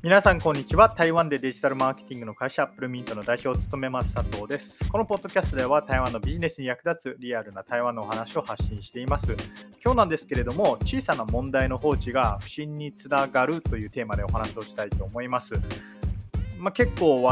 皆さんこんにちは。台湾でデジタルマーケティングの会社アップルミントの代表を務めます佐藤です。このポッドキャストでは台湾のビジネスに役立つリアルな台湾のお話を発信しています。今日なんですけれども、小さな問題の放置が不信につながるというテーマでお話をしたいと思います。結構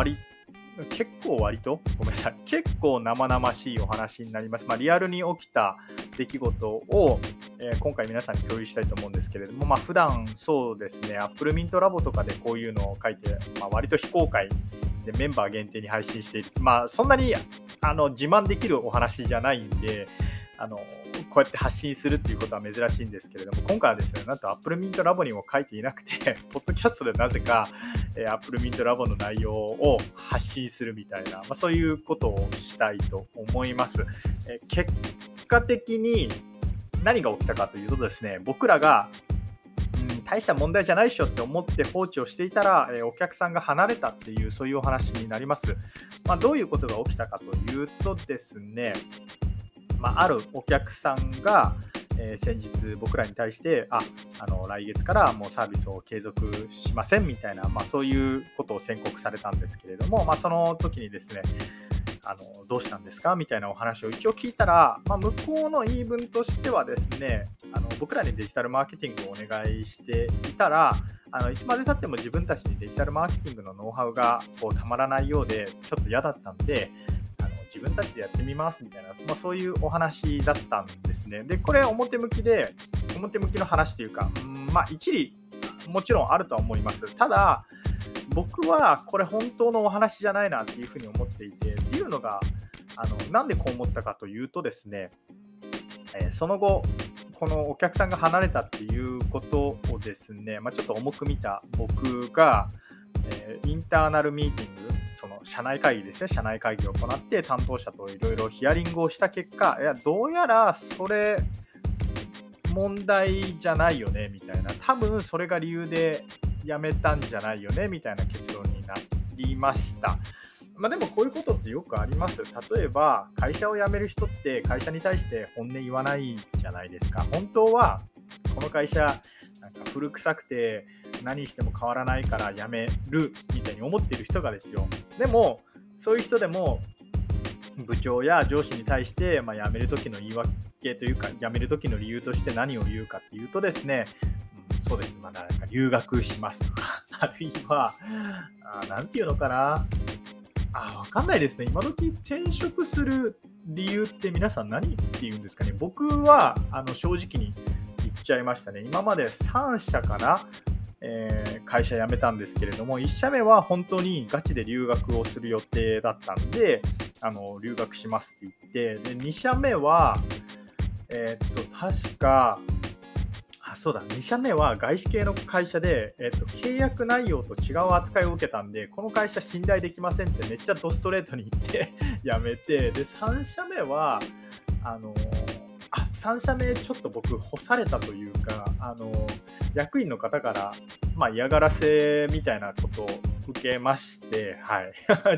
生々しいお話になります。リアルに起きた出来事を、今回皆さんに共有したいと思うんですけれども、普段そうですね、Apple Mint Labo とかでこういうのを書いて、割と非公開でメンバー限定に配信している。そんなに自慢できるお話じゃないんで、こうやって発信するっていうことは珍しいんですけれども、今回はですね、なんと Apple Mint Labo にも書いていなくて、ポッドキャストでなぜか、Apple Mint Labo の内容を発信するみたいな、そういうことをしたいと思います。結果的に何が起きたかというとですね、僕らが大した問題じゃないっしょって思って放置をしていたら、お客さんが離れたっていう、そういうお話になります。どういうことが起きたかというとですね、あるお客さんが、先日僕らに対して来月からもうサービスを継続しませんみたいな、そういうことを宣告されたんですけれども、その時にですね、どうしたんですかみたいなお話を一応聞いたら、向こうの言い分としてはですね、僕らにデジタルマーケティングをお願いしていたら、いつまでたっても自分たちにデジタルマーケティングのノウハウがたまらないようでちょっと嫌だったんで、自分たちでやってみますみたいな、そういうお話だったんですね。で、これ表向きの話というか、一理もちろんあるとは思います。ただ僕はこれ本当のお話じゃないなっていうふうに思っていて、っていうのがなんでこう思ったかというとですね、その後このお客さんが離れたっていうことをですね、ちょっと重く見た僕が、インターナルミーティング、その社内会議ですね、社内会議を行って担当者といろいろヒアリングをした結果、どうやらそれ問題じゃないよねみたいな、多分それが理由で辞めたんじゃないよねみたいな結論になりました。でもこういうことってよくあります。例えば会社を辞める人って会社に対して本音言わないじゃないですか。本当はこの会社なんか古臭くて何しても変わらないから辞めるみたいに思っている人がですよ。でもそういう人でも部長や上司に対して、辞める時の言い訳というか、辞める時の理由として何を言うかっていうとですね、そうですね、なんか留学しますとか、あるいは、なんていうのかな、わかんないですね。今時転職する理由って皆さん何って言うんですかね。僕は正直に言っちゃいましたね。今まで3社かな、会社辞めたんですけれども、1社目は本当にガチで留学をする予定だったんで、留学しますって言って、で2社目は、確か、2社目は外資系の会社で、契約内容と違う扱いを受けたんで、この会社信頼できませんってめっちゃドストレートに言って辞めて、で、3社目は、3社目ちょっと僕干されたというか、役員の方から、嫌がらせみたいなことを受けまして、はい。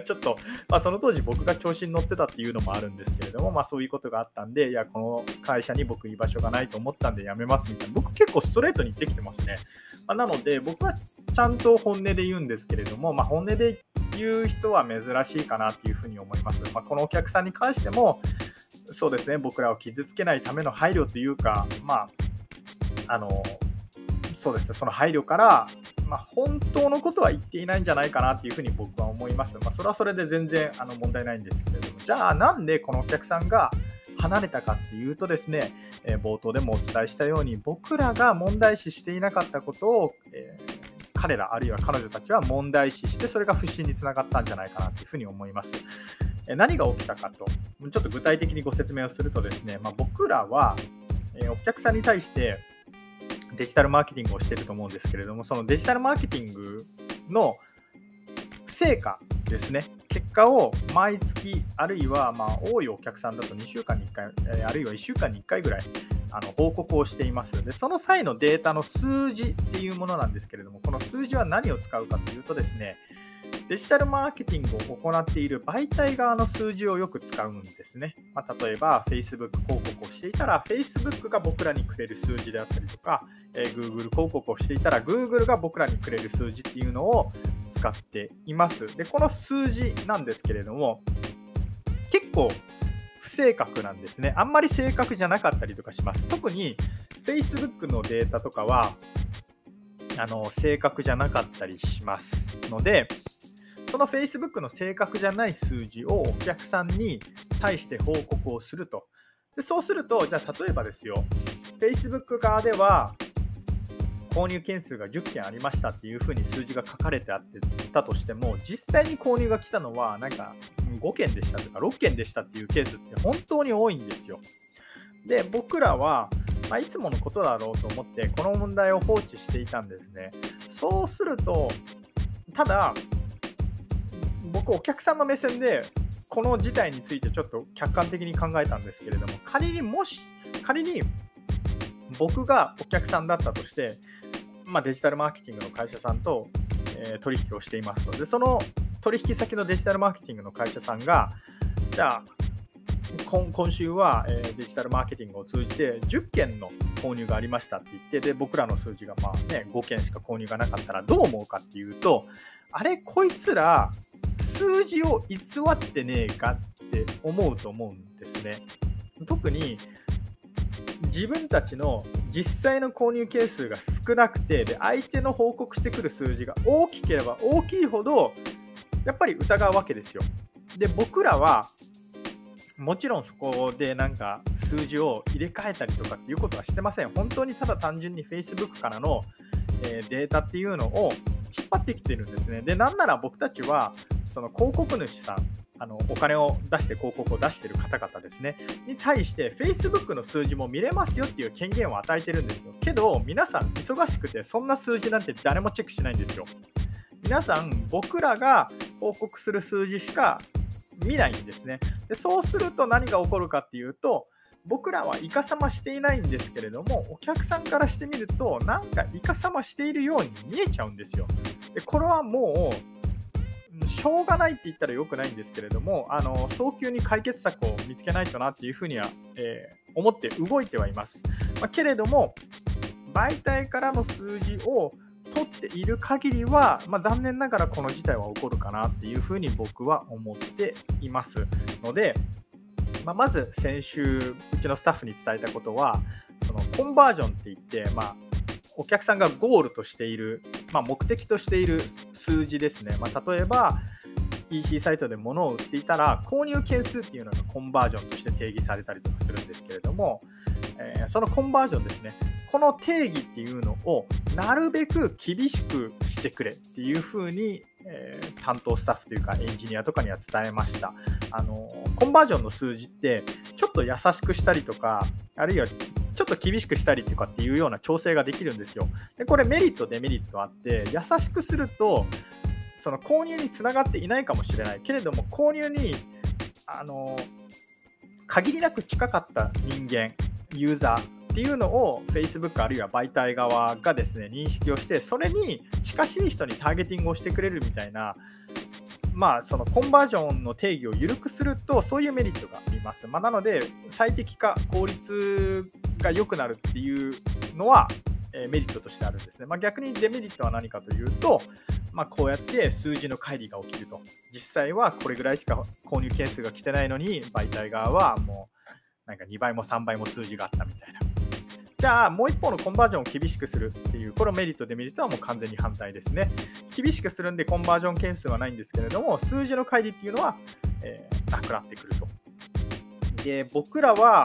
ちょっと、その当時僕が調子に乗ってたっていうのもあるんですけれども、そういうことがあったんで、この会社に僕居場所がないと思ったんで辞めますみたいな、僕結構ストレートに言ってきてますね。なので、僕はちゃんと本音で言うんですけれども、本音で言う人は珍しいかなっていうふうに思います。このお客さんに関しても、そうですね、僕らを傷つけないための配慮というか、そうですね、その配慮から、本当のことは言っていないんじゃないかなっていうふうに僕は思います。それはそれで全然問題ないんですけれども、じゃあなんでこのお客さんが離れたかっていうとですね、冒頭でもお伝えしたように、僕らが問題視していなかったことを、彼らあるいは彼女たちは問題視して、それが不信につながったんじゃないかなというふうに思います。何が起きたかと、ちょっと具体的にご説明をするとですね、僕らは、お客さんに対してデジタルマーケティングをしていると思うんですけれども、そのデジタルマーケティングの成果ですね、結果を毎月、あるいは多いお客さんだと2週間に1回、あるいは1週間に1回ぐらい報告をしています。で、その際のデータの数字っていうものなんですけれども、この数字は何を使うかというとですね、 デジタルマーケティングを行っている媒体側の数字をよく使うんですね。例えば Facebook 広告をしていたら Facebook が僕らにくれる数字であったりとか、Google 広告をしていたら Google が僕らにくれる数字っていうのを使っています。で、この数字なんですけれども、結構不正確なんですね。あんまり正確じゃなかったりとかします。特に Facebook のデータとかは正確じゃなかったりしますので、その Facebook の正確じゃない数字をお客さんに対して報告をすると。でそうすると、じゃあ例えばですよ、Facebook 側では購入件数が10件ありましたっていうふうに数字が書かれてあってたとしても、実際に購入が来たのはなんか5件でしたとか6件でしたっていうケースって本当に多いんですよ。で、僕らは、いつものことだろうと思ってこの問題を放置していたんですね。そうすると、ただ僕お客さんの目線でこの事態についてちょっと客観的に考えたんですけれども、仮に僕がお客さんだったとして、デジタルマーケティングの会社さんと、取引をしていますと。で、その取引先のデジタルマーケティングの会社さんが、じゃあ今週は、デジタルマーケティングを通じて10件の購入がありましたって言って、で僕らの数字が5件しか購入がなかったらどう思うかっていうと、あれこいつら数字を偽ってねえかって思うと思うんですね。特に自分たちの実際の購入件数が少なくて、で相手の報告してくる数字が大きければ大きいほどやっぱり疑うわけですよ。で、僕らはもちろんそこでなんか数字を入れ替えたりとかっていうことはしてません。本当にただ単純に Facebook からのデータっていうのを引っ張ってきてるんですね。で、なんなら僕たちはその広告主さん、お金を出して広告を出している方々ですねに対して Facebook の数字も見れますよっていう権限を与えてるんですよ。けど皆さん忙しくてそんな数字なんて誰もチェックしないんですよ。皆さん僕らが報告する数字しか見ないんですね。でそうすると何が起こるかっていうと、僕らはイカサマしていないんですけれども、お客さんからしてみるとなんかイカサマしているように見えちゃうんですよ。でこれはもうしょうがないって言ったら良くないんですけれども、早急に解決策を見つけないとなっていうふうには、思って動いてはいます。けれども、媒体からの数字を取っている限りは、残念ながらこの事態は起こるかなっていうふうに僕は思っていますので、まず先週うちのスタッフに伝えたことは、そのコンバージョンって言って、お客さんがゴールとしている、目的としている数字ですね。例えば EC サイトで物を売っていたら購入件数っていうのがコンバージョンとして定義されたりとかするんですけれども、そのコンバージョンですね、この定義っていうのをなるべく厳しくしてくれっていうふうに、担当スタッフというかエンジニアとかには伝えました。コンバージョンの数字ってちょっと優しくしたりとか、あるいはちょっと厳しくしたりとかっていうような調整ができるんですよ。でこれメリットデメリットあって、優しくするとその購入につながっていないかもしれないけれども、購入に限りなく近かった人間ユーザーっていうのを Facebook あるいは媒体側がですね認識をして、それに近しい人にターゲティングをしてくれるみたいな、そのコンバージョンの定義を緩くするとそういうメリットがあります。なので最適化効率が良くなるっていうのは、メリットとしてあるんですね。逆にデメリットは何かというと、こうやって数字の乖離が起きると、実際はこれぐらいしか購入件数が来てないのに媒体側はもうなんか2倍も3倍も数字があったみたいな。じゃあもう一方のコンバージョンを厳しくするっていう、これメリットデメリットはもう完全に反対ですね。厳しくするんでコンバージョン件数はないんですけれども、数字の乖離っていうのは、なくなってくると。で僕らは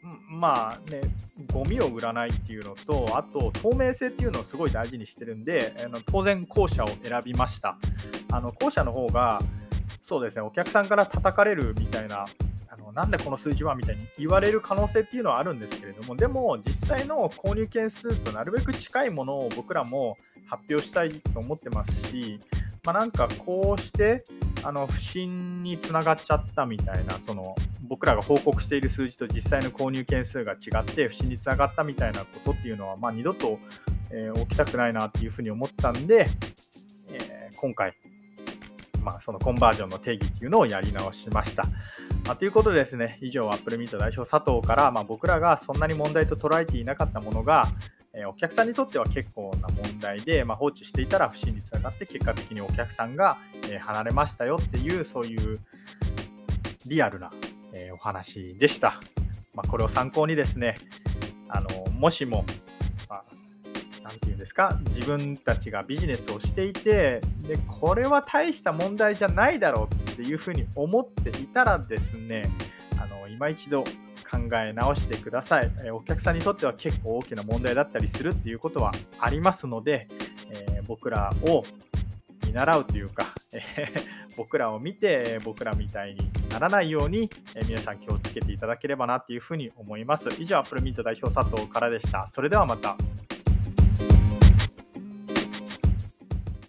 ゴミを売らないっていうのと、あと透明性っていうのをすごい大事にしてるんで、当然後者を選びました。後者の方がそうですね、お客さんから叩かれるみたいな、なんでこの数字はみたいに言われる可能性っていうのはあるんですけれども、でも実際の購入件数となるべく近いものを僕らも発表したいと思ってますし、なんかこうして不審につながっちゃったみたいな、その僕らが報告している数字と実際の購入件数が違って不審につながったみたいなことっていうのは、二度と、起きたくないなっていうふうに思ったんで、今回そのコンバージョンの定義っていうのをやり直しました。ということでですね、以上、アップルミント代表佐藤から、僕らがそんなに問題と捉えていなかったものが、お客さんにとっては結構な問題で、放置していたら不審につながって、結果的にお客さんが、離れましたよっていう、そういうリアルな、お話でした。これを参考にですね、もしも、なんていうんですか、自分たちがビジネスをしていて、でこれは大した問題じゃないだろうっていうふうに思っていたらですね、今一度考え直してください。お客さんにとっては結構大きな問題だったりするっていうことはありますので、僕らを見習うというか、僕らを見て僕らみたいにならないように、皆さん気をつけていただければなというふうに思います。以上、アップルミント代表佐藤からでした。それではまた。